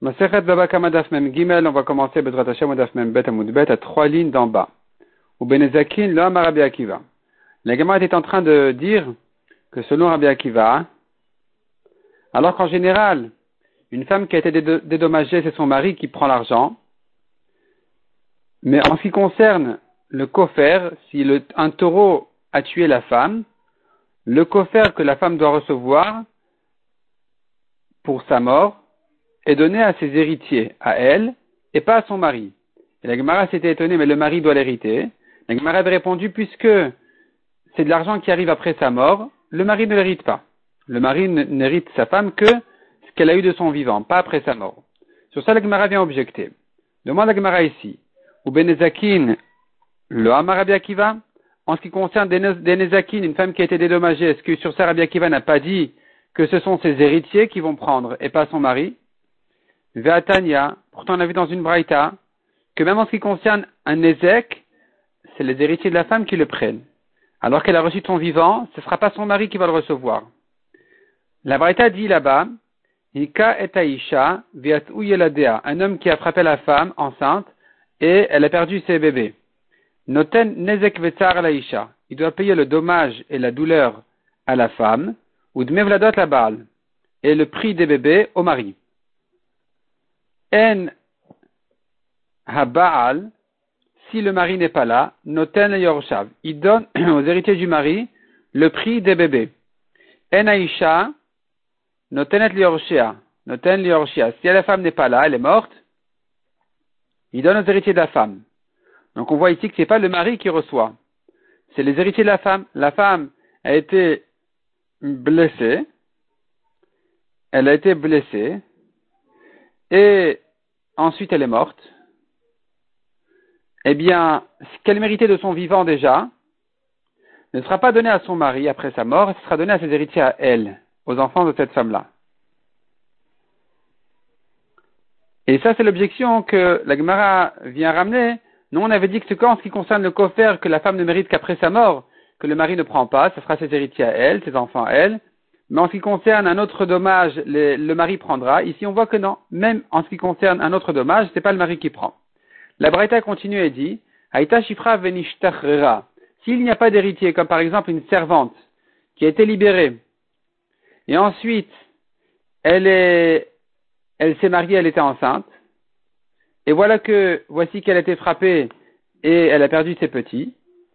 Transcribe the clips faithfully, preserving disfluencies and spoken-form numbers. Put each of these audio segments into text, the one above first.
Masechet Baba Kama Daf Mem Gimel, on va commencer Bedrat Hashem Daf Mem Bet Amud Bet à trois lignes d'en bas. Ou Benezakin lo Amar Rabbi Akiva. La Gemara était en train de dire que selon Rabbi Akiva, alors qu'en général, une femme qui a été dédommagée, c'est son mari qui prend l'argent. Mais en ce qui concerne le kofer, si le, un taureau a tué la femme, le kofer que la femme doit recevoir pour sa mort est donné à ses héritiers, à elle, et pas à son mari. Et la Gemara s'était étonnée, mais le mari doit l'hériter. La Gemara avait répondu, puisque c'est de l'argent qui arrive après sa mort, le mari ne l'hérite pas. Le mari n'hérite sa femme que ce qu'elle a eu de son vivant, pas après sa mort. Sur ça, la Gemara vient objecter. Demande la Gemara ici. Ou Benezakin, le Amar Rabbi Akiva, en ce qui concerne des Nezakin, une femme qui a été dédommagée, est-ce que sur ça Rabbi Akiva n'a pas dit que ce sont ses héritiers qui vont prendre et pas son mari? Ve'atania, pourtant on a vu dans une braïta, que même en ce qui concerne un Nezek, c'est les héritiers de la femme qui le prennent. Alors qu'elle a reçu son vivant, ce ne sera pas son mari qui va le recevoir. La braïta dit là-bas, Hika et Aisha, viatu yeladea, un homme qui a frappé la femme enceinte et elle a perdu ses bébés. Noten nezek vetzar laisha, il doit payer le dommage et la douleur à la femme, ou dmevladot la baal, et le prix des bébés au mari. En habaal, si le mari n'est pas là, noten yorshav, il donne aux héritiers du mari le prix des bébés. En aisha, notenet liorshia, noten liorshia, si la femme n'est pas là, elle est morte, il donne aux héritiers de la femme. Donc on voit ici que c'est pas le mari qui reçoit, c'est les héritiers de la femme. La femme a été blessée, elle a été blessée, et ensuite elle est morte. Eh bien, ce qu'elle méritait de son vivant déjà, ne sera pas donné à son mari après sa mort, ce sera donné à ses héritiers à elle, aux enfants de cette femme-là. Et ça, c'est l'objection que la Gemara vient ramener. Nous, on avait dit que c'est quand, en ce qui concerne le kofer, que la femme ne mérite qu'après sa mort, que le mari ne prend pas, ce sera ses héritiers à elle, ses enfants à elle. Mais en ce qui concerne un autre dommage, le, le mari prendra. Ici, on voit que non. Même en ce qui concerne un autre dommage, c'est pas le mari qui prend. La Braïta continue et dit, Aïta shifra venishtachrera. S'il n'y a pas d'héritier, comme par exemple une servante qui a été libérée, et ensuite, elle est, elle s'est mariée, elle était enceinte, et voilà que, voici qu'elle a été frappée et elle a perdu ses petits,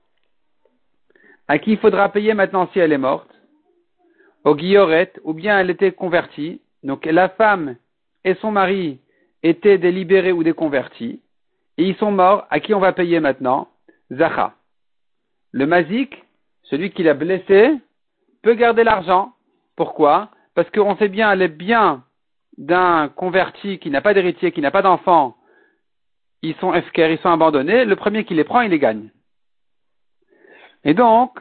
à qui il faudra payer maintenant si elle est morte? Au guilloret, ou bien elle était convertie, donc la femme et son mari étaient des libérés ou des convertis, et ils sont morts, à qui on va payer maintenant? Zacha. Le mazik, celui qui l'a blessé, peut garder l'argent. Pourquoi? Parce qu'on sait bien, les biens d'un converti qui n'a pas d'héritier, qui n'a pas d'enfant, ils sont efker, ils sont abandonnés, le premier qui les prend, il les gagne. Et donc,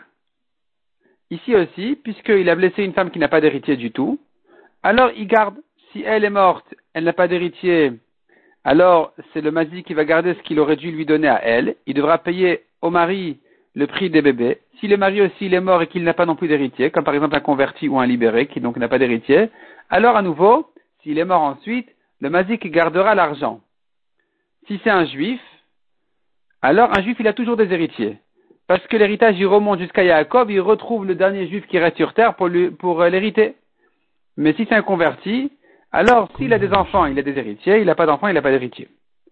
ici aussi, puisqu'il a blessé une femme qui n'a pas d'héritier du tout, alors il garde. Si elle est morte, elle n'a pas d'héritier, alors c'est le mazik qui va garder ce qu'il aurait dû lui donner à elle. Il devra payer au mari le prix des bébés. Si le mari aussi il est mort et qu'il n'a pas non plus d'héritier, comme par exemple un converti ou un libéré qui donc n'a pas d'héritier, alors à nouveau, s'il est mort ensuite, le mazik gardera l'argent. Si c'est un juif, alors un juif il a toujours des héritiers. Parce que l'héritage il remonte jusqu'à Yaakov, il retrouve le dernier juif qui reste sur terre pour, lui, pour euh, l'hériter. Mais si c'est un converti, alors s'il a des enfants, il a des héritiers, il n'a pas d'enfants, il n'a pas d'héritier.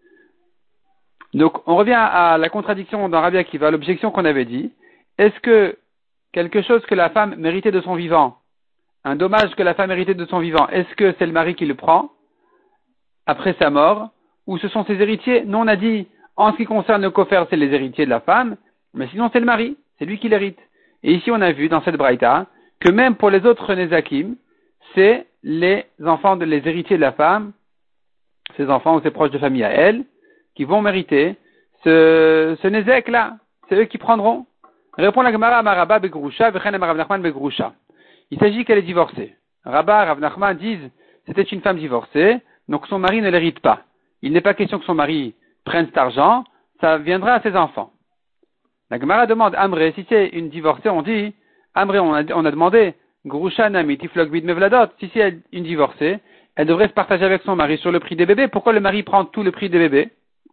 Donc on revient à la contradiction dans Rabbi Akiva, l'objection qu'on avait dit. Est-ce que quelque chose que la femme méritait de son vivant, un dommage que la femme méritait de son vivant, est-ce que c'est le mari qui le prend après sa mort, ou ce sont ses héritiers? Non, on a dit, en ce qui concerne le kofer, c'est les héritiers de la femme, mais sinon c'est le mari, c'est lui qui l'hérite. Et ici on a vu dans cette braïta que même pour les autres nezakim, c'est les enfants, de, les héritiers de la femme, ses enfants ou ses proches de famille à elle, qui vont mériter ce, ce nezek là. C'est eux qui prendront. Répond la Gemara à Rabba begrusha, v'chen Rav Nachman begrusha. Il s'agit qu'elle est divorcée. Rabba, Rav Nachman disent, c'était une femme divorcée, donc son mari ne l'hérite pas. Il n'est pas question que son mari prenne cet argent, ça viendra à ses enfants. La Gemara demande, Amré, si c'est une divorcée, on dit, Amré, on a, on a demandé, Grusha nami tiflok bid mevladot, si c'est une divorcée, elle devrait se partager avec son mari sur le prix des bébés. Pourquoi le mari prend tout le prix des bébés?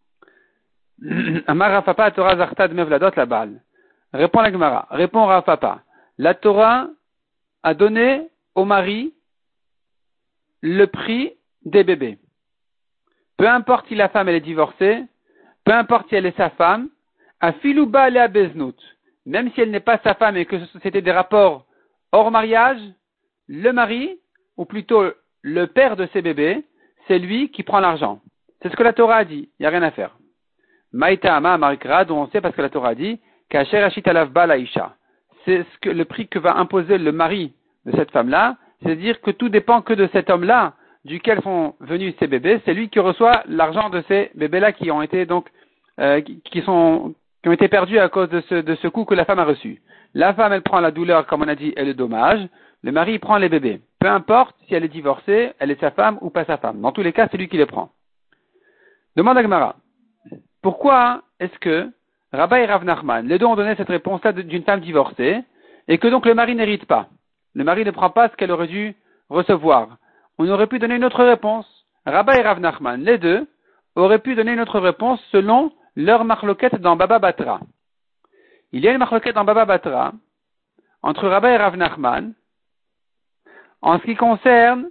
Amar Rav Papa Torah Zarta de Mevladot la balle. Répond la Gemara. Répond Rav Papa. La Torah a donné au mari le prix des bébés. Peu importe si la femme elle est divorcée, peu importe si elle est sa femme, à filouba le beznut, même si elle n'est pas sa femme et que c'était des rapports hors mariage, le mari, ou plutôt le père de ses bébés, c'est lui qui prend l'argent. C'est ce que la Torah a dit, il n'y a rien à faire. Maïta Ama Marikra, dont on sait parce que la Torah a dit, Kacher Ashit Alav Ba Laïcha. C'est ce que, le prix que va imposer le mari de cette femme-là, c'est-à-dire que tout dépend que de cet homme-là, duquel sont venus ces bébés, c'est lui qui reçoit l'argent de ces bébés-là qui ont été donc, euh, qui, qui sont, qui ont été perdus à cause de ce, de ce coup que la femme a reçu. La femme, elle prend la douleur, comme on a dit, et le dommage. Le mari, il prend les bébés. Peu importe si elle est divorcée, elle est sa femme ou pas sa femme. Dans tous les cas, c'est lui qui les prend. Demande à Gemara. Pourquoi est-ce que Rabba et Rav Nachman, les deux ont donné cette réponse-là d'une femme divorcée, et que donc le mari n'hérite pas? Le mari ne prend pas ce qu'elle aurait dû recevoir. On aurait pu donner une autre réponse. Rabba et Rav Nachman, les deux, auraient pu donner une autre réponse selon leur marloquette dans Baba Batra. Il y a une marloquette dans Baba Batra entre Rabba et Rav Nachman en ce qui concerne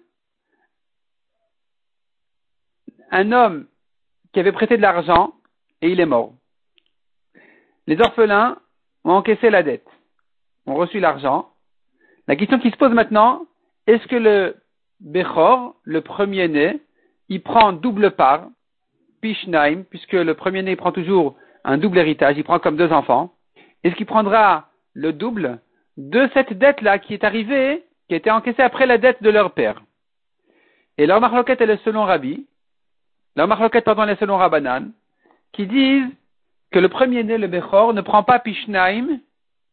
un homme qui avait prêté de l'argent et il est mort. Les orphelins ont encaissé la dette, ont reçu l'argent. La question qui se pose maintenant, est-ce que le Bechor, le premier-né, il prend double part, Pishnaim, puisque le premier-né prend toujours un double héritage, il prend comme deux enfants. Est-ce qu'il prendra le double de cette dette-là qui est arrivée, qui a été encaissée après la dette de leur père? Et leur marloquette, elle est selon Rabbi, leur marloquette, pardon, elle est selon Rabbanan, qui disent que le premier-né, le Bechor, ne prend pas Pishnaim,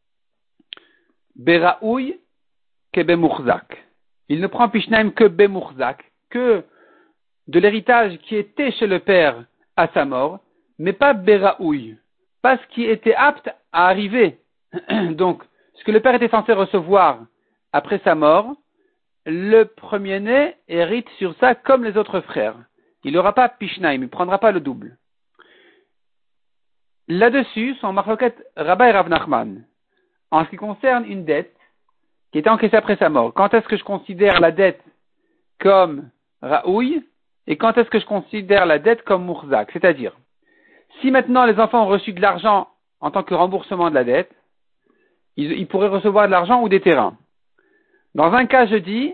Beraouy, que Bemurzak. Il ne prend Pishnaim que Bemurzak, que de l'héritage qui était chez le père à sa mort, mais pas Beraouy, pas ce qui était apte à arriver. Donc, ce que le père était censé recevoir après sa mort, le premier-né hérite sur ça comme les autres frères. Il n'aura pas Pishnaim, il ne prendra pas le double. Là-dessus, sont marloquettes Rabba et Rav Nachman. En ce qui concerne une dette qui était encaissée après sa mort, quand est-ce que je considère la dette comme Raouï et quand est-ce que je considère la dette comme Mourzak? C'est-à-dire, si maintenant les enfants ont reçu de l'argent en tant que remboursement de la dette, ils, ils pourraient recevoir de l'argent ou des terrains. Dans un cas, je dis,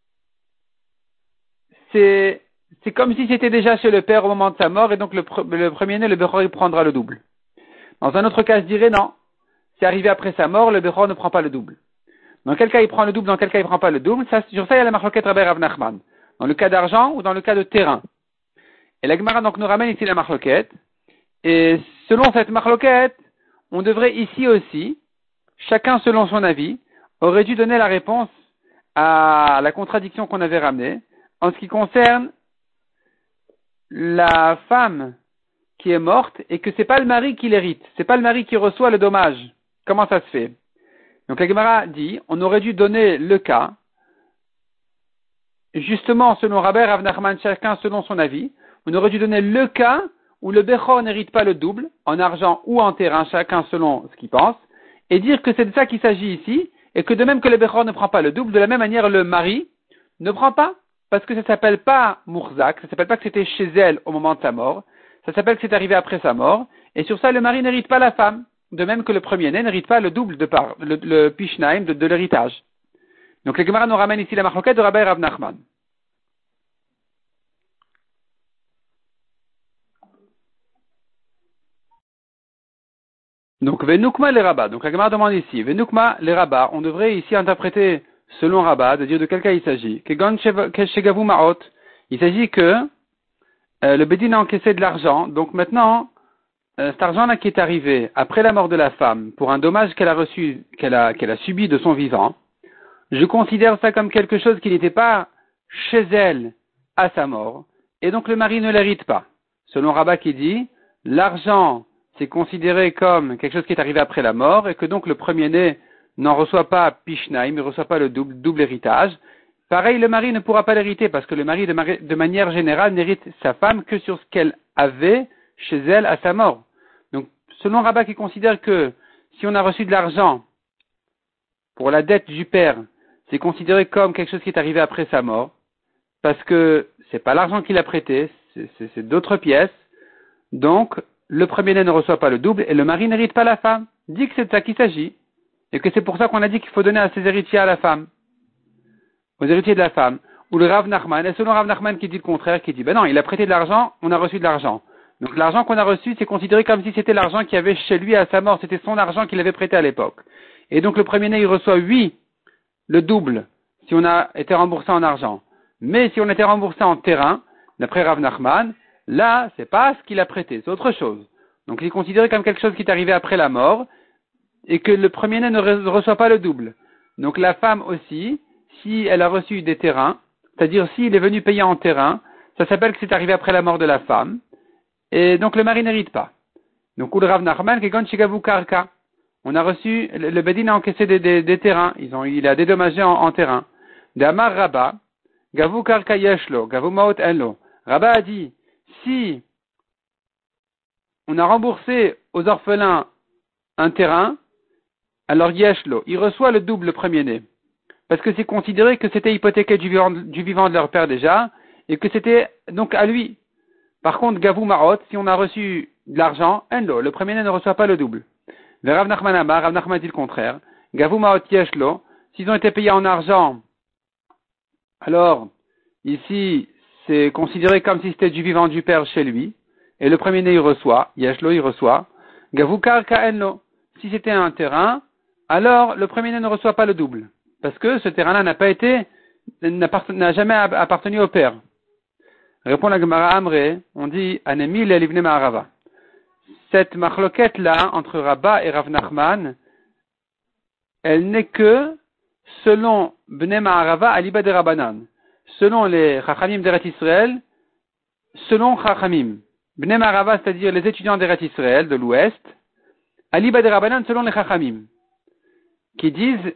c'est, c'est comme si c'était déjà chez le père au moment de sa mort et donc le, le premier-né, le Bechor, il prendra le double. Dans un autre cas, je dirais non. C'est arrivé après sa mort, le Bechor ne prend pas le double. Dans quel cas il prend le double, dans quel cas il prend pas le double, ça, sur ça il y a la marloquette Rabbi Rav Nachman. Dans le cas d'argent ou dans le cas de terrain. Et la Gemara donc nous ramène ici la marloquette. Et selon cette marloquette, on devrait ici aussi, chacun selon son avis, aurait dû donner la réponse à la contradiction qu'on avait ramenée en ce qui concerne la femme qui est morte et que c'est pas le mari qui l'hérite, c'est pas le mari qui reçoit le dommage. Comment ça se fait? Donc la Gemara dit, on aurait dû donner le cas, justement selon Rabbi Rav Nachman, chacun selon son avis, on aurait dû donner le cas où le Bechor n'hérite pas le double, en argent ou en terrain, chacun selon ce qu'il pense, et dire que c'est de ça qu'il s'agit ici, et que de même que le Bechor ne prend pas le double, de la même manière le mari ne prend pas, parce que ça s'appelle pas Mourzak, ça s'appelle pas que c'était chez elle au moment de sa mort, ça s'appelle que c'est arrivé après sa mort, et sur ça le mari n'hérite pas la femme. De même que le premier-né n'hérite pas le double de part, le, le Pishnaim de, de l'héritage. Donc, le Gemara nous ramène ici la marloquette de Rabbi Rav Nachman. Donc, Venukma les Rabba. Donc, la Gemara demande ici, Venukma les Rabba. On devrait ici interpréter selon Rabba, de dire de quel cas il s'agit. Il s'agit que euh, le Bédin a encaissé de l'argent. Donc, maintenant, Euh, cet argent-là qui est arrivé après la mort de la femme pour un dommage qu'elle a reçu, qu'elle a, qu'elle a subi de son vivant, je considère ça comme quelque chose qui n'était pas chez elle à sa mort, et donc le mari ne l'hérite pas. Selon Rabat qui dit, l'argent c'est considéré comme quelque chose qui est arrivé après la mort, et que donc le premier-né n'en reçoit pas Pishnaim, il ne reçoit pas le double, double héritage, Pareil, le mari ne pourra pas l'hériter parce que le mari, de, mari, de manière générale, n'hérite sa femme que sur ce qu'elle avait chez elle à sa mort. Donc, selon Rabat qui considère que si on a reçu de l'argent pour la dette du père, c'est considéré comme quelque chose qui est arrivé après sa mort, parce que c'est pas l'argent qu'il a prêté, c'est, c'est, c'est d'autres pièces. Donc, le premier-né ne reçoit pas le double et le mari n'hérite pas la femme. Dit que c'est de ça qu'il s'agit. Et que c'est pour ça qu'on a dit qu'il faut donner à ses héritiers à la femme. Aux héritiers de la femme. Ou le Rav Nachman. Et selon Rav Nachman qui dit le contraire, qui dit, ben non, il a prêté de l'argent, on a reçu de l'argent. Donc l'argent qu'on a reçu, c'est considéré comme si c'était l'argent qu'il y avait chez lui à sa mort. C'était son argent qu'il avait prêté à l'époque. Et donc le premier-né, il reçoit, oui, le double, si on a été remboursé en argent. Mais si on était remboursé en terrain, d'après Rav Nachman, là, c'est pas ce qu'il a prêté, c'est autre chose. Donc il est considéré comme quelque chose qui est arrivé après la mort, et que le premier-né ne re- reçoit pas le double. Donc la femme aussi, si elle a reçu des terrains, c'est-à-dire s'il est venu payer en terrain, ça s'appelle que c'est arrivé après la mort de la femme, et donc le mari n'hérite pas. Donc ou le Rav Nachman, Kegon Shigavu Karka. On a reçu, le, le Bedin a encaissé des, des, des terrains, ils ont, il a dédommagé en, en terrain. D'Amar Rabba, Gavu Karka Yeshlo, Gavu Maot Enlo. Rabba a dit, si on a remboursé aux orphelins un terrain, alors Yeshlo, il reçoit le double le premier-né. Parce que c'est considéré que c'était hypothéqué du vivant, du vivant de leur père déjà, et que c'était donc à lui. Par contre, Gavu Maot, si on a reçu de l'argent, Enlo, le premier-né ne reçoit pas le double. Le Rav Nachman Amar, Rav Nachman dit le contraire. Gavu Maot Yeshlo, s'ils ont été payés en argent, alors, ici, c'est considéré comme si c'était du vivant du père chez lui, et le premier-né il reçoit, Yeshlo il reçoit, Gavu Karka Enlo. Si c'était un terrain, alors le premier-né ne reçoit pas le double, parce que ce terrain-là n'a pas été, n'a jamais appartenu au père. Répond la Gemara Amré, on dit, Anemi l'elivne ma'arava. Cette machloquette-là, entre Rabba et Rav Nachman, elle n'est que selon Bnei Ma'arava Aliba de Rabbanan. Selon les Chachamim d'Eretz Israël, selon Chachamim. Bnei Ma'arava, c'est-à-dire les étudiants d'Eretz Israël, de l'Ouest, Aliba de Rabbanan, selon les Chachamim, qui disent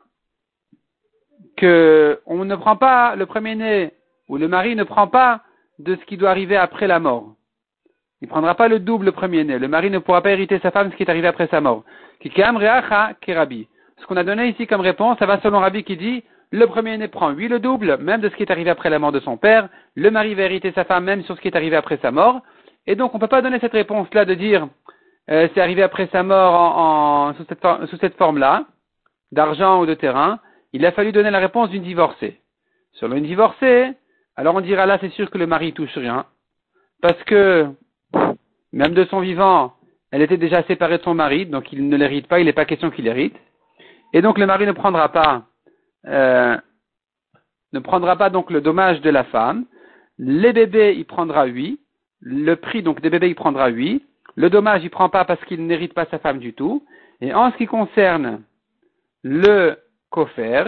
que on ne prend pas le premier-né, ou le mari ne prend pas de ce qui doit arriver après la mort. Il ne prendra pas le double premier-né. Le mari ne pourra pas hériter sa femme ce qui est arrivé après sa mort. Kikeam reacha kerabi. Ce qu'on a donné ici comme réponse, ça va selon Rabbi qui dit, le premier-né prend oui le double, même de ce qui est arrivé après la mort de son père. Le mari va hériter sa femme même sur ce qui est arrivé après sa mort. Et donc on ne peut pas donner cette réponse-là de dire, euh, c'est arrivé après sa mort en, en, sous cette, for- sous cette forme-là, d'argent ou de terrain. Il a fallu donner la réponse d'une divorcée. Selon une divorcée, alors on dira là c'est sûr que le mari touche rien. Parce que, même de son vivant, elle était déjà séparée de son mari, donc il ne l'hérite pas, il n'est pas question qu'il hérite. Et donc le mari ne prendra pas, euh, ne prendra pas donc le dommage de la femme. Les bébés, il prendra huit. Le prix donc des bébés, il prendra huit. Le dommage, il prend pas parce qu'il n'hérite pas sa femme du tout. Et en ce qui concerne le kofer,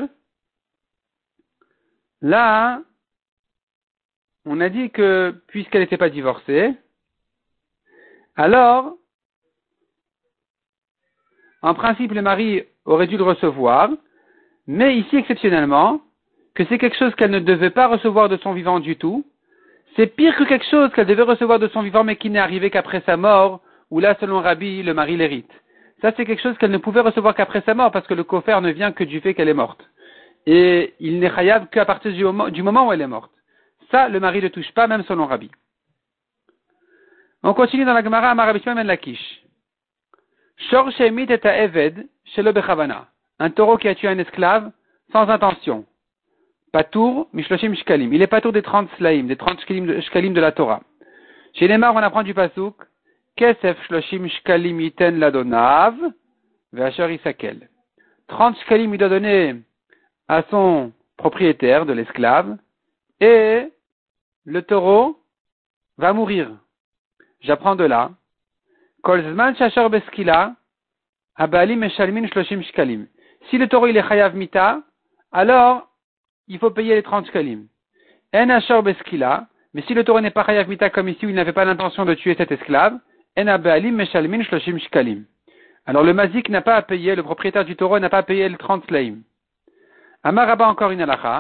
là, on a dit que puisqu'elle n'était pas divorcée, alors, en principe, le mari aurait dû le recevoir, mais ici, exceptionnellement, que c'est quelque chose qu'elle ne devait pas recevoir de son vivant du tout, c'est pire que quelque chose qu'elle devait recevoir de son vivant, mais qui n'est arrivé qu'après sa mort, où là, selon Rabbi, le mari l'hérite. Ça, c'est quelque chose qu'elle ne pouvait recevoir qu'après sa mort, parce que le kofer ne vient que du fait qu'elle est morte. Et il n'est chayav qu'à partir du moment, du moment où elle est morte. Ça, le mari ne touche pas, même selon Rabbi. On continue dans la Gemara, Amar Rabbi Shimon ben Lakish. Shor shemit et eved shelo bechavana. Un taureau qui a tué un esclave sans intention. Patour mishloshim shkalim. Il est patour des trente slaim, des trente shkalim de, shkalim de la Torah. Chez les Mar, on apprend du pasuk. Kesef shloshim shkalim yiten ladonav ve'asher isakel. trente shkalim il doit donner à son propriétaire de l'esclave et le taureau va mourir. J'apprends de là. Kol zman shashar beskila habalim meshalmin shloshim shkalim. Si le taureau il est chayav mita, alors il faut payer les trente shkalim. En ashar beskila, mais si le taureau n'est pas chayav mita comme ici où il n'avait pas l'intention de tuer cet esclave, en habalim meshalmin shloshim shkalim. Alors le mazik n'a pas à payer, le propriétaire du taureau n'a pas à payer les trente slaim. Amar Rabba encore une halacha.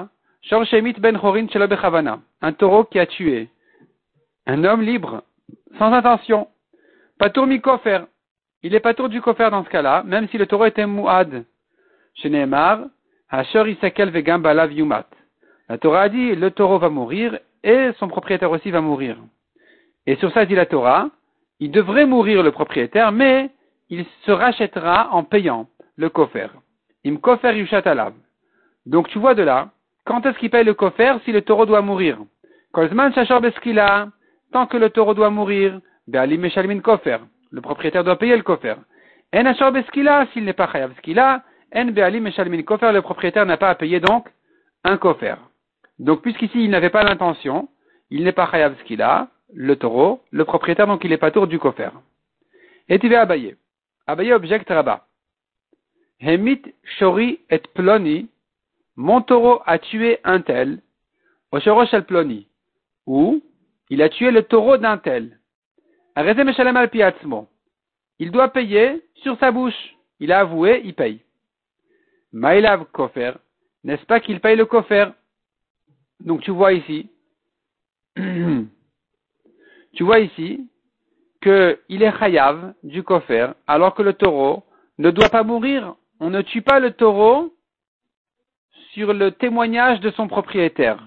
Shor Shemit ben Chorin Shelo Bechavana. Un taureau qui a tué un homme libre, sans intention. Patour mi kofer. Il est patour du kofer dans ce cas-là, même si le taureau était mouad. Chez Nehemar, Hashor Isakel vegam balav yumat. La Torah a dit, le taureau va mourir et son propriétaire aussi va mourir. Et sur ça dit la Torah, il devrait mourir le propriétaire, mais il se rachètera en payant le kofer. Im kofer yushat alav. Donc tu vois de là, quand est-ce qu'il paye le kofer si le taureau doit mourir? Kolzman shashor beskila. Tant que le taureau doit mourir, be'alim meshalmin kofer. Le propriétaire doit payer le kofer. En ashor beskila, s'il n'est pas chayav skila, en be'alim meshalmin kofer, le propriétaire n'a pas à payer donc un kofer. Donc puisqu'ici il n'avait pas l'intention, il n'est pas chayav skila, le taureau, le propriétaire donc il est pas tour du kofer. Et tu vas Abaye. Abaye objecte Rabba. Hemit shori et ploni, mon taureau a tué un tel, au shorosh el ploni, ou il a tué le taureau d'un tel. Il doit payer sur sa bouche. Il a avoué, il paye. Maïlav kofer, n'est-ce pas qu'il paye le kofer? Donc tu vois ici, tu vois ici que il est chayav du kofer, alors que le taureau ne doit pas mourir. On ne tue pas le taureau sur le témoignage de son propriétaire.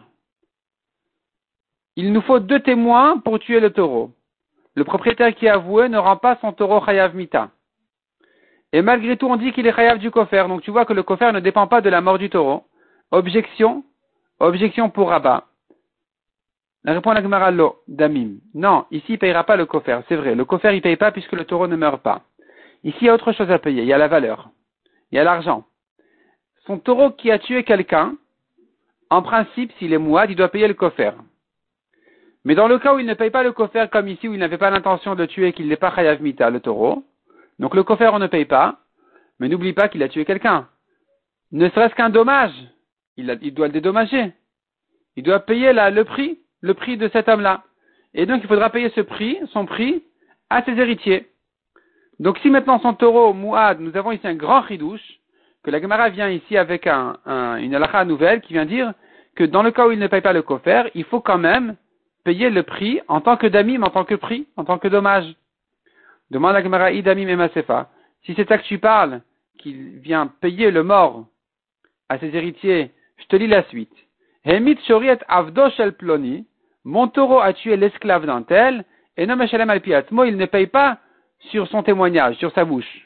Il nous faut deux témoins pour tuer le taureau. Le propriétaire qui a avoué ne rend pas son taureau chayav mita. Et malgré tout, on dit qu'il est chayav du kofer. Donc tu vois que le kofer ne dépend pas de la mort du taureau. Objection. Objection pour Rabba. La réponse à la Gemara, lo, damim. Non, ici il ne payera pas le kofer. C'est vrai, le kofer il ne paye pas puisque le taureau ne meurt pas. Ici il y a autre chose à payer. Il y a la valeur. Il y a l'argent. Son taureau qui a tué quelqu'un, en principe, s'il est mouad, il doit payer le kofer. Mais dans le cas où il ne paye pas le kofer comme ici, où il n'avait pas l'intention de tuer, qu'il n'est pas chayav mita, le taureau, donc le kofer on ne paye pas, mais n'oublie pas qu'il a tué quelqu'un. Ne serait-ce qu'un dommage, il, a, il doit le dédommager. Il doit payer la, le prix, le prix de cet homme-là. Et donc il faudra payer ce prix, son prix, à ses héritiers. Donc si maintenant son taureau, mouad, nous avons ici un grand chidouche, que la Gemara vient ici avec un, un, une halakha nouvelle qui vient dire que dans le cas où il ne paye pas le kofer, il faut quand même payer le prix en tant que damim, en tant que prix, en tant que dommage. Demande la Gemara idamim et masefa. Si c'est ça que tu parles, qu'il vient payer le mort à ses héritiers, je te lis la suite. Hemit shoriet avdo shel ploni, mon taureau a tué l'esclave d'un tel, et non meshalem al piatmo, il ne paye pas sur son témoignage, sur sa bouche.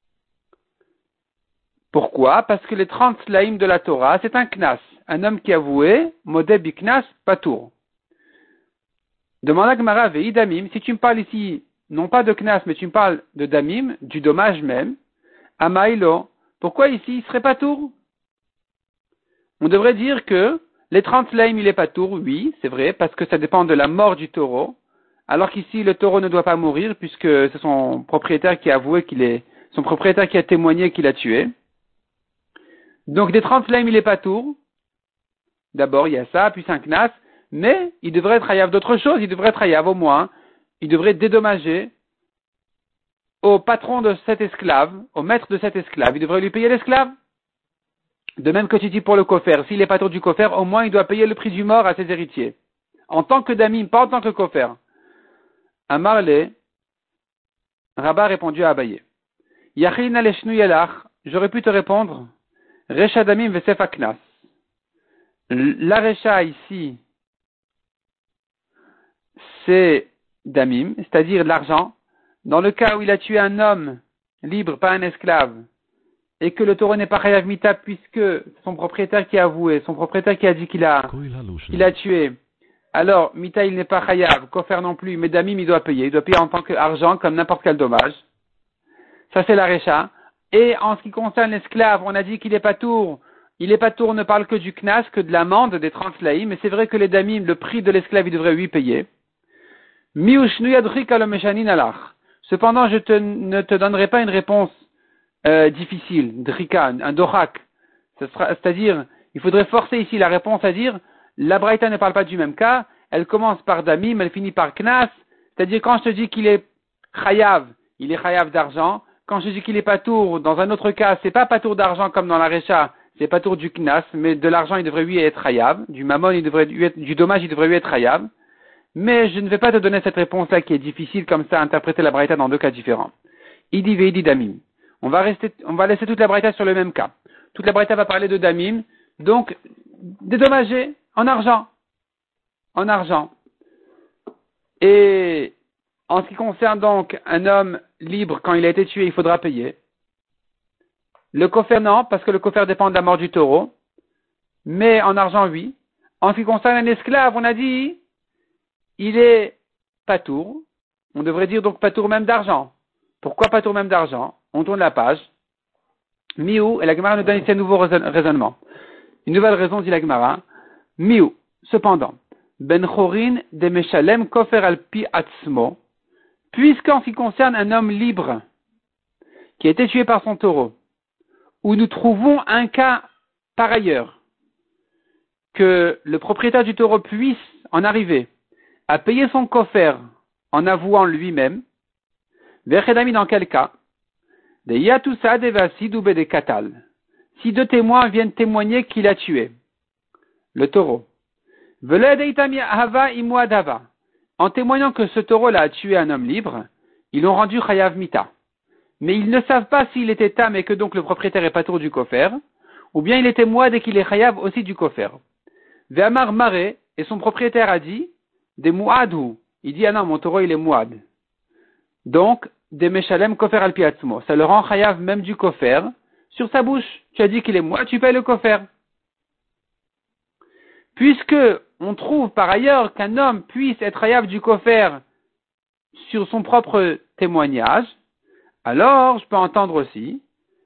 Pourquoi? Parce que les trente slaim de la Torah, c'est un knas. Un homme qui a avoué, modé biknas, patour. Demande à Gemara, vei damim, si tu me parles ici, non pas de knas, mais tu me parles de damim, du dommage même, amaïlo, pourquoi ici il serait patour? On devrait dire que les trente slaim il est patour, oui, c'est vrai, parce que ça dépend de la mort du taureau, alors qu'ici le taureau ne doit pas mourir, puisque c'est son propriétaire qui a avoué qu'il est, son propriétaire qui a témoigné qu'il a tué. Donc des trente slaim il est patour. D'abord il y a ça, puis c'est un knas. Mais il devrait être hayav d'autre chose, il devrait être hayav au moins, il devrait dédommager au patron de cet esclave, au maître de cet esclave, il devrait lui payer l'esclave. De même que tu dis pour le kofer, s'il est patron du kofer, au moins il doit payer le prix du mort à ses héritiers. En tant que damim, pas en tant que kofer. Amarle, Rabba a répondu à Abaye. Yachin leshnu yalach, j'aurais pu te répondre, Recha damim vesef aknas. La recha ici, c'est damim, c'est-à-dire l'argent. Dans le cas où il a tué un homme libre, pas un esclave, et que le taureau n'est pas chayav mita, puisque son propriétaire qui a avoué, son propriétaire qui a dit qu'il a, qu'il a tué, alors mita il n'est pas chayav, kofer non plus, mais damim il doit payer, il doit payer en tant qu'argent comme n'importe quel dommage. Ça c'est la recha. Et en ce qui concerne l'esclave, on a dit qu'il est pas tour. Il est pas tour, ne parle que du knas, que de l'amende des trente slaïm, mais c'est vrai que les damim, le prix de l'esclave, il devrait lui payer. Cependant, je te, ne te donnerai pas une réponse euh, difficile, drika, un dorak. C'est-à-dire, il faudrait forcer ici la réponse à dire, la Braïta ne parle pas du même cas, elle commence par damim, elle finit par knas, c'est-à-dire quand je te dis qu'il est chayav, il est chayav d'argent, quand je dis qu'il est patour, dans un autre cas, c'est pas patour d'argent comme dans la recha, c'est pas tour du knas, mais de l'argent, il devrait lui être hayav. Du mammon, il devrait lui être, du dommage, il devrait lui être hayav. Mais je ne vais pas te donner cette réponse-là qui est difficile comme ça à interpréter la braïta dans deux cas différents. Idi veidi damim. On va rester, on va laisser toute la braïta sur le même cas. Toute la braïta va parler de damim, donc dédommagé en argent. En argent. Et en ce qui concerne donc un homme libre, quand il a été tué, il faudra payer. Le kofer, non, parce que le kofer dépend de la mort du taureau. Mais en argent, oui. En ce qui concerne un esclave, on a dit, il est patour. On devrait dire donc patour même d'argent. Pourquoi patour même d'argent? On tourne la page. Miou, et la Gemara nous donne ici un nouveau raisonnement. Une nouvelle raison, dit la Gemara. Miou, cependant, ben chorin de meshalem kofer alpi atzmo, puisqu'en ce qui concerne un homme libre, qui a été tué par son taureau, où nous trouvons un cas par ailleurs, que le propriétaire du taureau puisse en arriver à payer son kofer en avouant lui-même, Vechedami dans quel cas? De Yatusa devasi doube de katal. Si deux témoins viennent témoigner qu'il a tué le taureau. En témoignant que ce taureau-là a tué un homme libre, ils l'ont rendu chayav mita. Mais ils ne savent pas s'il était tam et que donc le propriétaire est patour du kofer, ou bien il était mouad et qu'il est chayav aussi du kofer. Ve'amar mare, et son propriétaire a dit, des mouadou. Il dit, ah non, mon taureau il est mouad. Donc, des meshalem kofer al piatzmo. Ça le rend chayav même du kofer sur sa bouche. Tu as dit qu'il est mouad, tu payes le kofer. Puisque on trouve par ailleurs qu'un homme puisse être chayav du kofer sur son propre témoignage, alors je peux entendre aussi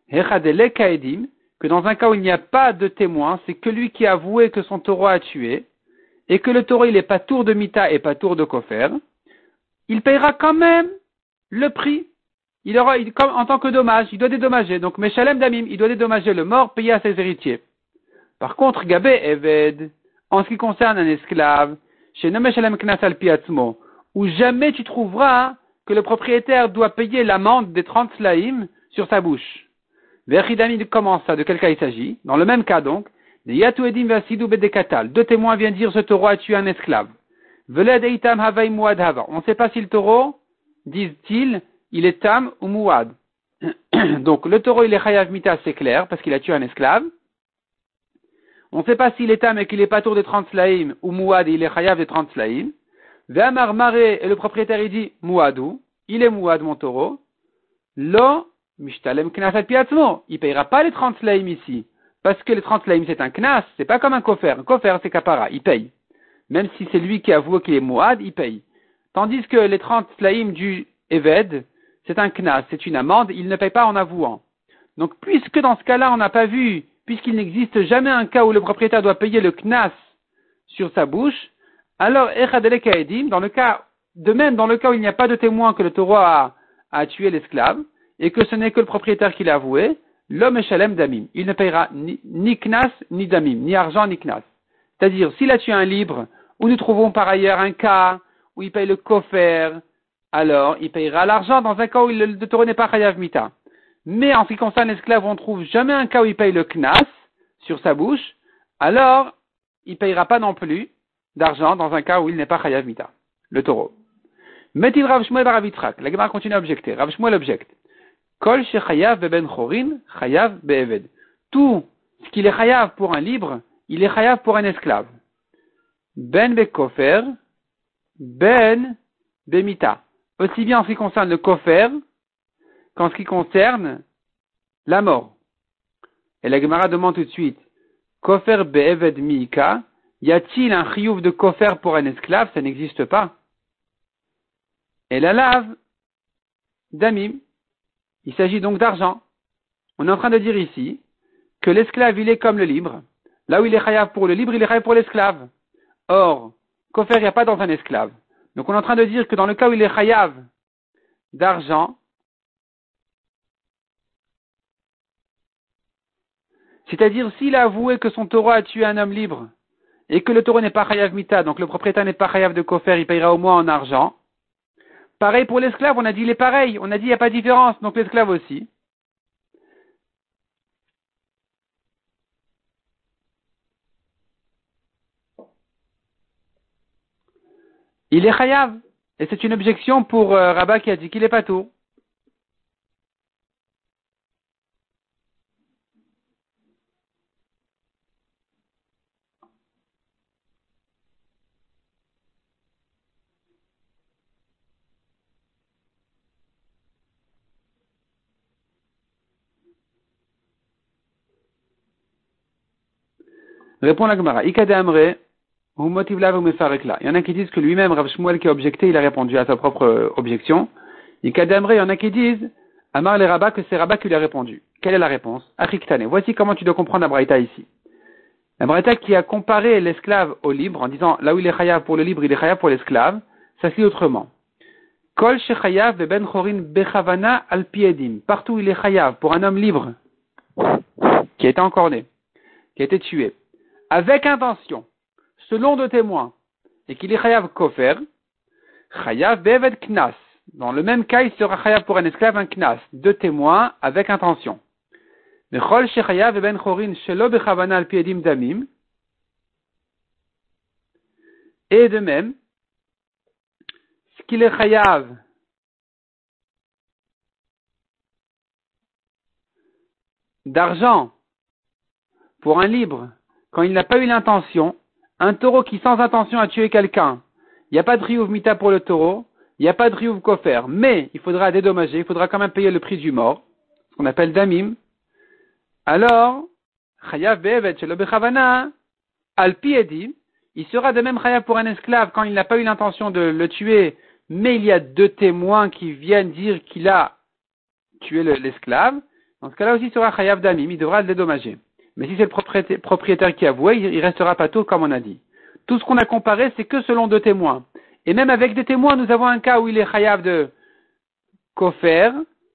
que dans un cas où il n'y a pas de témoin, c'est que lui qui a avoué que son taureau a tué, et que le taureau il est pas tour de mita et pas tour de kofer, il payera quand même le prix. Il aura, il, comme, en tant que dommage, il doit dédommager. Donc, Meshalem Damim, il doit dédommager le mort, payer à ses héritiers. Par contre, Gabé Eved, en ce qui concerne un esclave, chez Meshalem Knas al Piatzmo, où jamais tu trouveras que le propriétaire doit payer l'amende des trente slaïm sur sa bouche. Vechidami, comment ça? De quel cas il s'agit? Dans le même cas donc, de Yatu Edim Vasidou Bedekatal. Deux témoins viennent dire ce taureau a tué un esclave. Veled Eitam Havai Mouad Hava. On ne sait pas si le taureau, disent-ils, il est tam ou mouad. Donc le taureau il est chayav mita, c'est clair, parce qu'il a tué un esclave. On ne sait pas s'il est tam et qu'il est pas tour des trente slaïm, ou mouad et il est chayav des trente slaïm. Ve'amar maré, et le propriétaire il dit mouadou, il est mouad mon taureau. Lo mishtalem knas al piatzmo, il payera pas les trente slaïm ici, parce que les trente slaïm c'est un knas, c'est pas comme un kofer. Un kofer c'est kapara, il paye. Même si c'est lui qui avoue qu'il est mouad, il paye. Tandis que les trente slaïm du Eved, c'est un knas, c'est une amende, il ne paye pas en avouant. Donc, puisque dans ce cas-là, on n'a pas vu, puisqu'il n'existe jamais un cas où le propriétaire doit payer le knas sur sa bouche, alors, echadele kaedim, dans le cas, de même, dans le cas où il n'y a pas de témoin que le taureau a, a tué l'esclave, et que ce n'est que le propriétaire qui l'a avoué, l'homme échalem damim. Il ne payera ni, ni knas, ni damim, ni argent, ni knas. C'est-à-dire, s'il a tué un libre, où nous trouvons par ailleurs un cas où il paye le kofer, alors il payera l'argent dans un cas où le, le taureau n'est pas chayav mita. Mais en ce qui concerne l'esclave, on ne trouve jamais un cas où il paye le knas sur sa bouche, alors il ne payera pas non plus d'argent dans un cas où il n'est pas chayav mita, le taureau. Metil Rav Shmuel bar Rav Yitzchak. La Gemara continue à objecter. Rav Shmuel objecte. Kol she chayav ben chorin, chayav be'eved. Tout ce qu'il est chayav pour un libre, il est chayav pour un esclave. Ben bekofer, ben bemita. Aussi bien en ce qui concerne le kofer qu'en ce qui concerne la mort. Et la Gemara demande tout de suite, kofer be'eved miika, y a-t-il un chiyuv de kofer pour un esclave? Ça n'existe pas. Et la lave, damim, il s'agit donc d'argent. On est en train de dire ici que l'esclave, il est comme le libre. Là où il est chayav pour le libre, il est chayav pour l'esclave. Or, kofer, il n'y a pas dans un esclave. Donc on est en train de dire que dans le cas où il est chayav d'argent, c'est-à-dire s'il a avoué que son taureau a tué un homme libre, et que le taureau n'est pas chayav mita, donc le propriétaire n'est pas chayav de kofer, il payera au moins en argent. Pareil pour l'esclave, on a dit il est pareil, on a dit il n'y a pas de différence, donc l'esclave aussi. il est chayav. Et c'est une objection pour euh, Rabat qui a dit qu'il est patour. Répond la Gemara. Ikade Amre, ou motive là, vous me farek là. Il y en a qui disent que lui-même, Rav Shmuel qui a objecté, il a répondu à sa propre euh, objection. Ikade Amre, il y en a qui disent, Amar les Rabat, que c'est Rabat qui lui a répondu. Quelle est la réponse? Achiktane. Voici comment tu dois comprendre la Braïta ici. La Braïta qui a comparé l'esclave au libre, en disant, là où il est chayav pour le libre, il est chayav pour l'esclave, ça se lit autrement. Kol shechayav ben chorin bechavana al piedim. Partout où il est chayav pour un homme libre, qui a été encorné, qui a été tué, avec intention, selon deux témoins, et qu'il est chayav kofer, chayav be'eved knas. Dans le même cas, il sera chayav pour un esclave, un knas, deux témoins, avec intention. Mais chol shechayav ben chorin shelo bechavana al piedim damim. Et de même, ce qu'il est chayav d'argent pour un libre, quand il n'a pas eu l'intention, un taureau qui sans intention a tué quelqu'un, il n'y a pas de riyuv mita pour le taureau, il n'y a pas de riyuv kofer, mais il faudra dédommager, il faudra quand même payer le prix du mort, ce qu'on appelle damim. Alors, chayav be'eved shelo bechavana al pi edim, il sera de même chayav pour un esclave quand il n'a pas eu l'intention de le tuer, mais il y a deux témoins qui viennent dire qu'il a tué le, l'esclave. Dans ce cas-là aussi, il sera chayav damim, il devra le dédommager. Mais si c'est le propriétaire qui a avoué, il restera pas tôt comme on a dit. Tout ce qu'on a comparé, c'est que selon deux témoins. Et même avec des témoins, nous avons un cas où il est chayav de kofer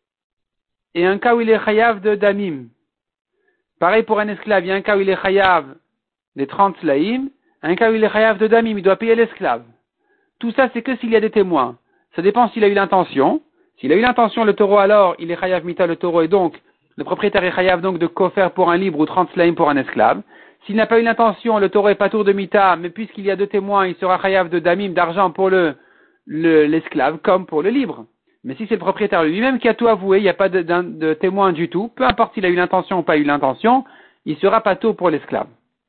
et un cas où il est chayav de damim. Pareil pour un esclave, il y a un cas où il est chayav des trente slaïm, un cas où il est chayav de damim, il doit payer l'esclave. Tout ça, c'est que s'il y a des témoins. Ça dépend s'il a eu l'intention. S'il a eu l'intention, le taureau, alors, il est chayav mita, le taureau, et donc, le propriétaire est chayav donc de kofer pour un libre ou trente slaïm pour un esclave. S'il n'a pas eu l'intention, le taureau est pas tour de mita, mais puisqu'il y a deux témoins, il sera chayav de damim, d'argent pour le, le, l'esclave, comme pour le libre. Mais si c'est le propriétaire lui-même qui a tout avoué, il n'y a pas de, de, de témoin du tout, peu importe s'il a eu l'intention ou pas eu l'intention, il sera pas tôt pour l'esclave.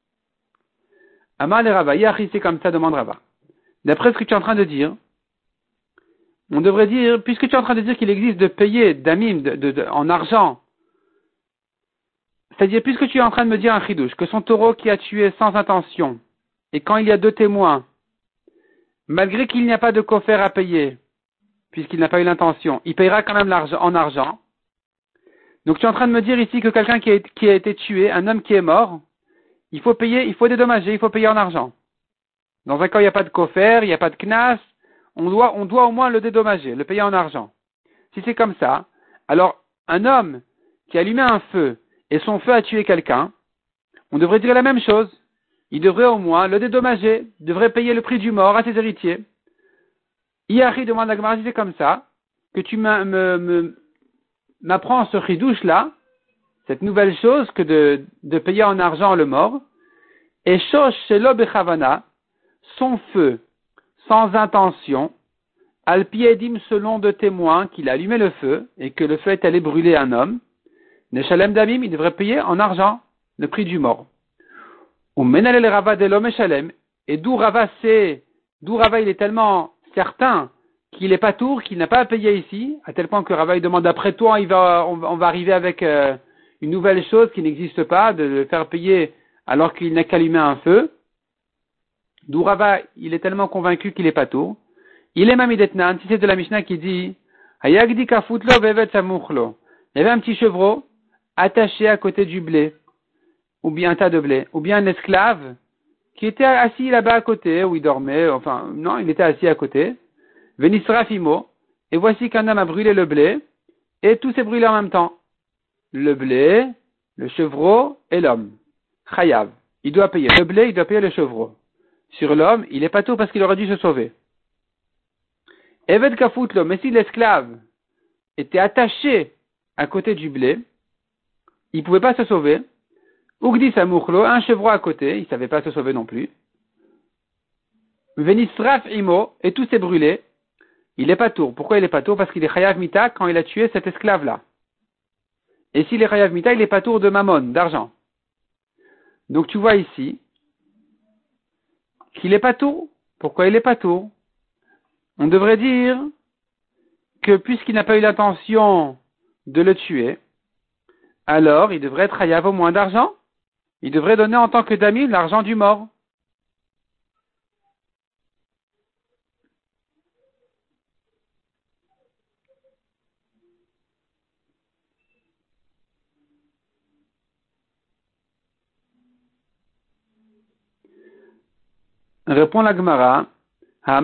Amal et Rava, Yachi, c'est comme ça, demande Rava. D'après ce que tu es en train de dire, on devrait dire, puisque tu es en train de dire qu'il existe de payer damim de, de, de, en argent, c'est-à-dire, puisque tu es en train de me dire un chidouche, que son taureau qui a tué sans intention, et quand il y a deux témoins, malgré qu'il n'y a pas de kofer à payer, puisqu'il n'a pas eu l'intention, il payera quand même l'argent, en argent. Donc tu es en train de me dire ici que quelqu'un qui a, qui a été tué, un homme qui est mort, il faut payer, il faut dédommager, il faut payer en argent. Dans un cas, il n'y a pas de kofer, il n'y a pas de knas, on doit, on doit au moins le dédommager, le payer en argent. Si c'est comme ça, alors un homme qui allumait un feu et son feu a tué quelqu'un, on devrait dire la même chose. Il devrait au moins le dédommager, devrait payer le prix du mort à ses héritiers. Iari demande à Gemara, si c'est comme ça, que tu me, me, me, m'apprends ce chidouche là, cette nouvelle chose que de, de payer en argent le mort, et shosh shelo bechavana, son feu, sans intention, al piedim selon deux témoins qu'il a allumé le feu, et que le feu est allé brûler un homme, neshalem damim, il devrait payer en argent le prix du mort. Ou menalel rava de l'homme shalem, et d'où Rava c'est, d'où Rava il est tellement certain qu'il est pas tour, qu'il n'a pas à payer ici, à tel point que Rava il demande après toi, il va, on, on va arriver avec euh, une nouvelle chose qui n'existe pas, de le faire payer alors qu'il n'a qu'allumé un feu. D'où Rava, il est tellement convaincu qu'il est pas tour. Il est mamidetnan, si c'est de la Mishnah qui dit, hayagdi kafutlo vevet samuchlo. Il y avait un petit chevreau attaché à côté du blé, ou bien un tas de blé, ou bien un esclave qui était assis là-bas à côté, où il dormait, enfin, non, il était assis à côté. Venisra fimo, et voici qu'un homme a brûlé le blé, et tout s'est brûlé en même temps. Le blé, le chevreau et l'homme. Chayav. Il doit payer le blé, il doit payer le chevreau. Sur l'homme, il est pas tout parce qu'il aurait dû se sauver. Eved kafutlo, mais si l'esclave était attaché à côté du blé, il pouvait pas se sauver. Ugdi samuchlo, un chevreau à côté, il savait pas se sauver non plus. Venisraf imo, et tout s'est brûlé, il est pas tour. Pourquoi il est pas tour? Parce qu'il est chayav mita quand il a tué cet esclave-là. Et s'il est chayav mita, il est pas tour de mammon, d'argent. Donc tu vois ici qu'il est pas tour. Pourquoi il est pas tour? On devrait dire que puisqu'il n'a pas eu l'intention de le tuer, alors il devrait être chayav au moins d'argent. Il devrait donner en tant que damim l'argent du mort. Répond la Gemara. En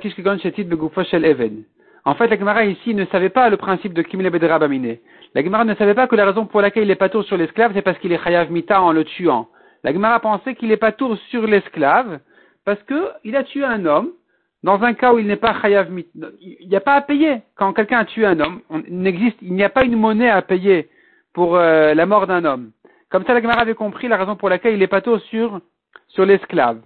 fait, la Gemara ici ne savait pas le principe de Kimle Bedera Bamine. La Gemara ne savait pas que la raison pour laquelle il est pas tour sur l'esclave, c'est parce qu'il est chayav mita en le tuant. La Gemara pensait qu'il est pas tour sur l'esclave parce que il a tué un homme dans un cas où il n'est pas chayav mita. Il n'y a pas à payer. Quand quelqu'un a tué un homme, on, il n'existe, il n'y a pas une monnaie à payer pour euh, la mort d'un homme. Comme ça, la Gemara avait compris la raison pour laquelle il est pas tour sur, sur l'esclave.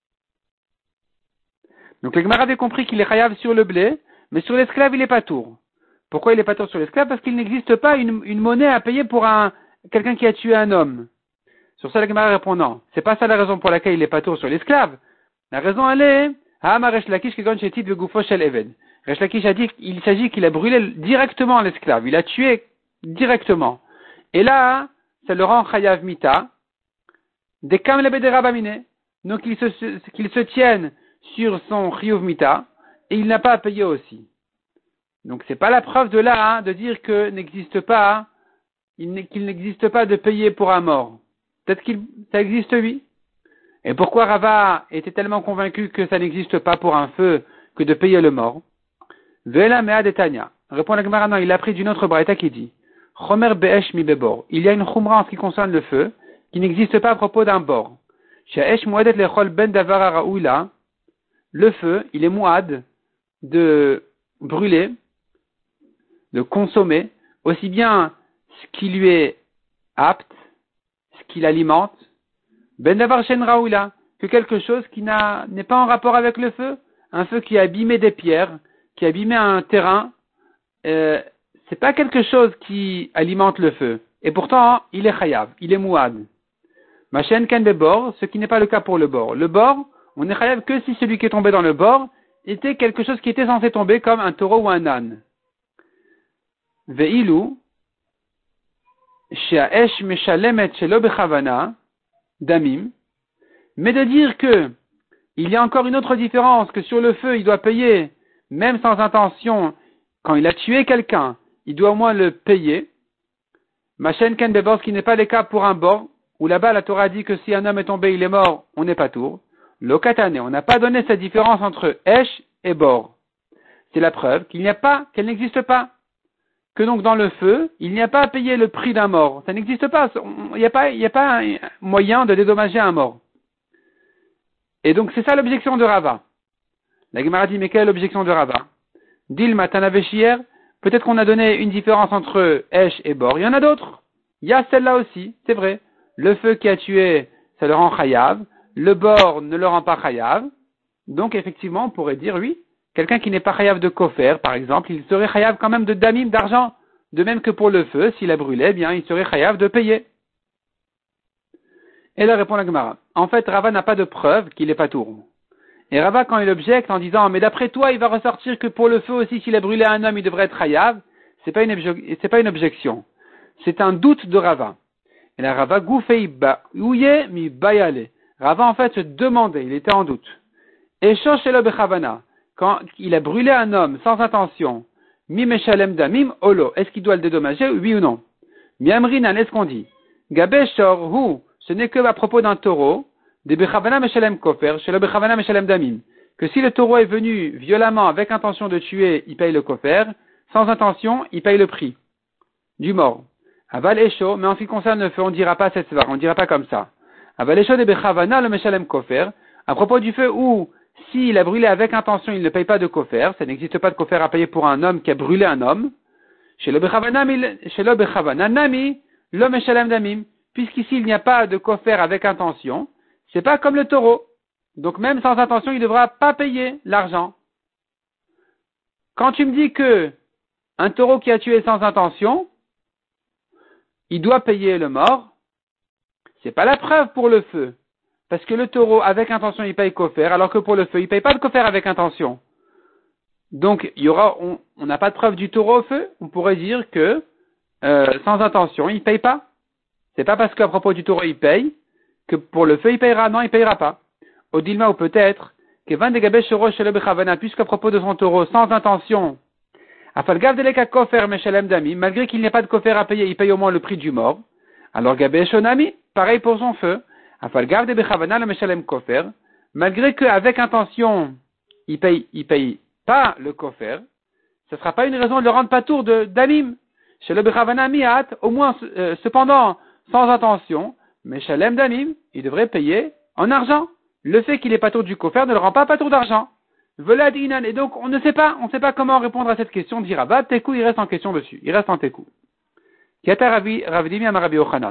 Donc le Gemara avait compris qu'il est chayav sur le blé, mais sur l'esclave il est pas tour. Pourquoi il est pas tour sur l'esclave? Parce qu'il n'existe pas une, une monnaie à payer pour un quelqu'un qui a tué un homme. Sur ça le Gemara répond non. C'est pas ça la raison pour laquelle il est pas tour sur l'esclave. La raison elle est Ha'amar Resh Lakish kegon shetit vegufo shel eved. Resh Lakish a dit qu'il s'agit qu'il a brûlé directement l'esclave. Il a tué directement. Et là, ça le rend chayav mita. Des kam le bedera bamine. Donc qu'il se, qu'il se tienne sur son chiyuv mita, et il n'a pas à payer aussi. Donc c'est pas la preuve de là, hein, de dire que n'existe pas, il qu'il n'existe pas de payer pour un mort. Peut-être qu'il, ça existe oui. Et pourquoi Rava était tellement convaincu que ça n'existe pas pour un feu que de payer le mort? Vela mea detania. Répond la Gemara, non, il a pris d'une autre braïta qui dit, Chomer be'esh mi bebor. Il y a une chumra en ce qui concerne le feu, qui n'existe pas à propos d'un bord. She'esh muadet lechol ben davar haraoula. Le feu, il est mouad de brûler, de consommer, aussi bien ce qui lui est apte, ce qui l'alimente, ben davar shen raoula, que quelque chose qui n'a, n'est pas en rapport avec le feu, un feu qui a abîmé des pierres, qui a abîmé un terrain, euh, c'est pas quelque chose qui alimente le feu. Et pourtant, il est chayav, il est mouad. Machen ken bebor, ce qui n'est pas le cas pour le bord. Le bord, on est chayav que si celui qui est tombé dans le bord était quelque chose qui était censé tomber comme un taureau ou un âne. Ve'ilu, she'aesh meshalemet shelo bechavana, damim, mais de dire que il y a encore une autre différence, que sur le feu il doit payer, même sans intention, quand il a tué quelqu'un, il doit au moins le payer. Machen ken bebor, ce qui n'est pas le cas pour un bord, où là-bas la Torah dit que si un homme est tombé, il est mort, on n'est pas tour. Lokatane, on n'a pas donné cette différence entre Esh et Bor. C'est la preuve qu'il n'y a pas, qu'elle n'existe pas. Que donc dans le feu, il n'y a pas à payer le prix d'un mort. Ça n'existe pas. Il n'y a pas, il n'y a pas un moyen de dédommager un mort. Et donc c'est ça l'objection de Rava. La Gemara dit, mais quelle est l'objection de Rava? Dil matana veshier, peut-être qu'on a donné une différence entre Esh et Bor. Il y en a d'autres. Il y a celle-là aussi, c'est vrai. Le feu qui a tué, ça le rend chayav. Le bord ne le rend pas chayav. Donc, effectivement, on pourrait dire, oui, quelqu'un qui n'est pas chayav de kofer, par exemple, il serait chayav quand même de damim, d'argent. De même que pour le feu, s'il a brûlé, eh bien, il serait chayav de payer. Et là, répond la Gemara. En fait, Rava n'a pas de preuve qu'il est pas tour. Et Rava, quand il objecte en disant, mais d'après toi, il va ressortir que pour le feu aussi, s'il a brûlé un homme, il devrait être chayav, c'est pas une, obje- c'est pas une objection. C'est un doute de Rava. Et là, Rava, goufei ba, ouye mi bayale. Rava, en fait, se demandait, il était en doute. Et shoshelo bechavana, quand il a brûlé un homme sans intention, mi meshalem damim olo, est-ce qu'il doit le dédommager, oui ou non? Miamrinan, est-ce qu'on dit? Gabe shor hu, ce n'est que à propos d'un taureau, de bechavana meshalem kofer, shelo bechavana meshalem damim, que si le taureau est venu violemment avec intention de tuer, il paye le kofer, sans intention, il paye le prix du mort. Aval esho, mais en ce qui concerne le feu, on ne dira pas cette svara, on ne dira pas comme ça. Aval esho de bechavana le meshalem kofer, à propos du feu où, s'il a brûlé avec intention, il ne paye pas de kofer, ça n'existe pas de kofer à payer pour un homme qui a brûlé un homme. Chez le bechavana nami, le meshalem damim, puisqu'ici il n'y a pas de kofer avec intention, c'est pas comme le taureau. Donc même sans intention, il ne devra pas payer l'argent. Quand tu me dis que un taureau qui a tué sans intention, il doit payer le mort, c'est pas la preuve pour le feu. Parce que le taureau, avec intention, il paye kofer, alors que pour le feu, il paye pas de kofer avec intention. Donc, il y aura, on n'a pas de preuve du taureau au feu. On pourrait dire que, euh, sans intention, il paye pas. C'est pas parce qu'à propos du taureau, il paye, que pour le feu, il payera. Non, il payera pas. Au Dilma, ou peut-être, que Van de Gabesh Shoro Shelo Bechavana, puisqu'à propos de son taureau, sans intention, Afalgav Deleka Kofer Meshalem Dami, malgré qu'il n'y ait pas de kofer à payer, il paye au moins le prix du mort. Alors Gabesh Onami, pareil pour son feu. Afalgav de Bechavana le Meshalem Kofer, malgré qu'avec intention, il paye, il paye pas le kofer, ce ne sera pas une raison de le rendre patour de damim. Chez le Bechavana Miat, au moins, euh, cependant, sans intention, mais Shalem damim, il devrait payer en argent. Le fait qu'il est patour du kofer ne le rend pas patour d'argent. Velad inan, et donc on ne sait pas, on ne sait pas comment répondre à cette question d'Ira. Bah, Tekou, il reste en question dessus, il reste en Tekou. Kiata Ravdimi Amarabi Yochanan.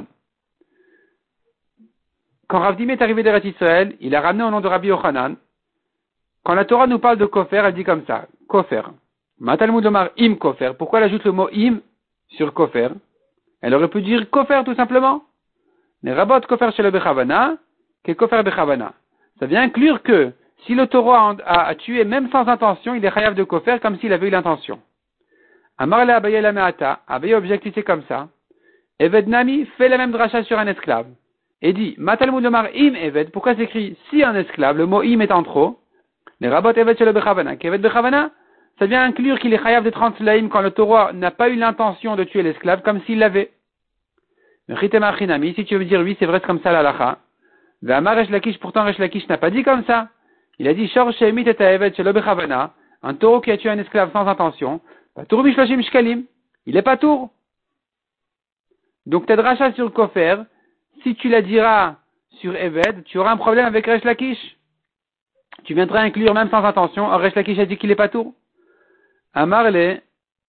Quand Ravdimi est arrivé d'Eretz Israël, il a ramené au nom de Rabbi Yochanan. Quand la Torah nous parle de kofer, elle dit comme ça, kofer. Matalmud Omar im kofer. Pourquoi elle ajoute le mot im sur kofer? Elle aurait pu dire kofer tout simplement. Les rabot kofer chez le bechavana, que kofer bechavana. Ça vient inclure que si le taureau a, a, a tué même sans intention, il est chayav de kofer comme s'il avait eu l'intention. Amar le Abaye la meata, Abaye objectifé comme ça. Eved Nami fait la même dracha sur un esclave. Et dit, Matalmud Omar im Eved. Pourquoi c'est écrit si un esclave, le mot im est en trop? Les rabot Eved chez le bechavana. Qu'Eved bechavana, ça vient inclure qu'il est chayav de trente slaim quand le taureau n'a pas eu l'intention de tuer l'esclave comme s'il l'avait. Ritema Chinami, si tu veux me dire oui, c'est vrai, c'est comme ça la lacha. Ve'amar Resh Lakish, pourtant Resh Lakish n'a pas dit comme ça. Il a dit Shor Shemit et Eved chez le bechavana, un taureau qui a tué un esclave sans intention, Patour Mishloshim Shkalim, il est patour. Donc ta dracha sur kofer, si tu la diras sur Eved, tu auras un problème avec Resh Lakish. Tu viendras inclure même sans intention, or Resh Lakish a dit qu'il est patour. Amarle,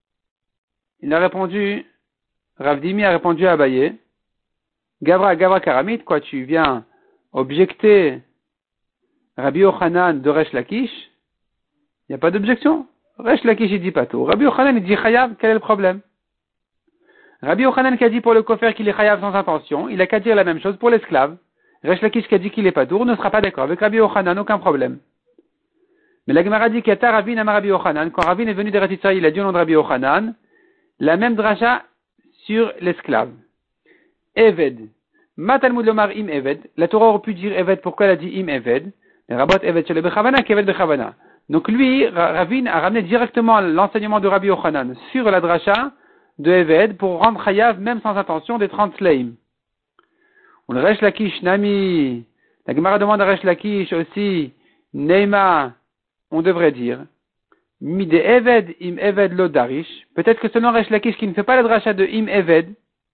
il a répondu, Ravdimi a répondu à Abaye, Gavra, Gavra Karamit, quoi, tu viens objecter Rabbi Yochanan de Resh Lakish? Il n'y a pas d'objection. Resh Lakish, il dit patour. Rabbi Yochanan, il dit chayav, quel est le problème? Rabbi Yochanan qui a dit pour le kofer qu'il est chayav sans intention, il a qu'à dire la même chose pour l'esclave. Resh Lakish qui a dit qu'il est patour ne sera pas d'accord. Avec Rabbi Yochanan, aucun problème. Mais la Gemara dit qu'Ata Ravin Amar Rabbi Yochanan, quand Ravin est venu d'Eretz Yisraël, il a dit au nom de Rabbi Yochanan, la même dracha sur l'esclave. Eved. Matalmud Lomar im Eved. La Torah aurait pu dire Eved, pourquoi elle a dit im Eved? Les rabot Eved chez le Bechavana, qu'Eved Bechavana. Donc lui, Ravin a ramené directement l'enseignement de Rabbi Yochanan sur la dracha de Eved pour rendre chayav même sans intention des trente slaim. On le Resh Lakish Nami. La Gemara demande à Resh Lakish aussi, Neima, on devrait dire, Mide Eved im Eved lo darish. Peut-être que selon Resh Lakish qui ne fait pas la dracha de im Eved,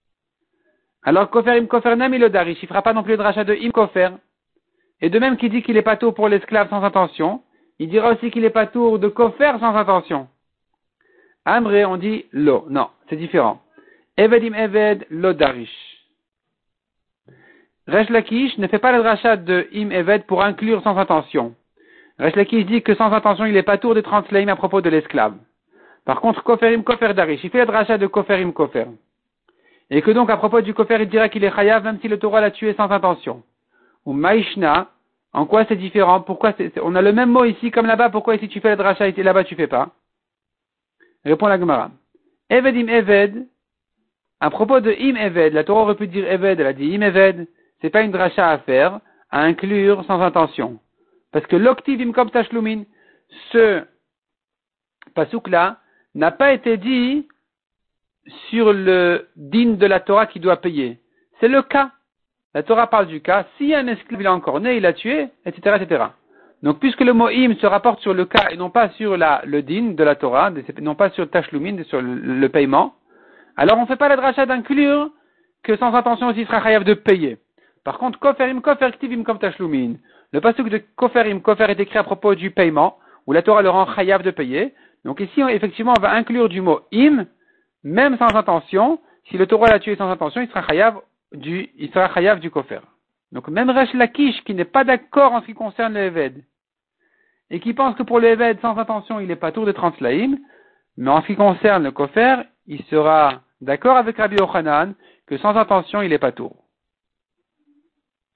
alors kofer im kofer nami lo darish, il fera pas non plus le dracha de im kofer. Et de même qu'il dit qu'il est patour pour l'esclave sans intention, il dira aussi qu'il est patour de kofer sans intention. Amré, on dit lo. Non, c'est différent. Eved im Eved lo darish. Resh Lakish ne fait pas le dracha de im Eved pour inclure sans intention. Resh Lakish dit que sans intention, il est patour des trente slaim à propos de l'esclave. Par contre, kofer im kofer darish, il fait le dracha de kofer im kofer. Et que donc, à propos du kofer, il dira qu'il est chayav même si le taureau l'a tué sans intention. Ou maishna, en quoi c'est différent? Pourquoi c'est, c'est, on a le même mot ici comme là-bas, pourquoi ici tu fais le dracha et là-bas tu fais pas? Répond la Gemara. Eved im Eved, à propos de im Eved, la Torah aurait pu dire Eved, elle a dit im Eved, c'est pas une dracha à faire, à inclure sans intention. Parce que l'oktiv im kom tashlumin, ce pasouk-là, n'a pas été dit sur le din de la Torah qui doit payer. C'est le cas. La Torah parle du cas. Si un esclave il est encore né, il a tué, et cetera, et cetera. Donc, puisque le mot im se rapporte sur le cas et non pas sur la, le din de la Torah, non pas sur tashlumin, sur le, le paiement, alors on ne fait pas la dracha d'inclure que sans intention aussi il sera chayav de payer. Par contre, koferim, kofer, ktivim, comme tashlumin. Le pasuk de koferim, kofer est écrit à propos du paiement, où la Torah le rend chayav de payer. Donc ici, on, effectivement, on va inclure du mot im, même sans intention. Si le taureau l'a tué sans intention, il sera chayav du, il sera chayav du kofer. Donc même Resh Lakish qui n'est pas d'accord en ce qui concerne le Eved, et qui pense que pour le Eved sans intention il est pas tour de trente slaïm, mais en ce qui concerne le Kofer, il sera d'accord avec Rabbi Yochanan que sans intention il est pas tour.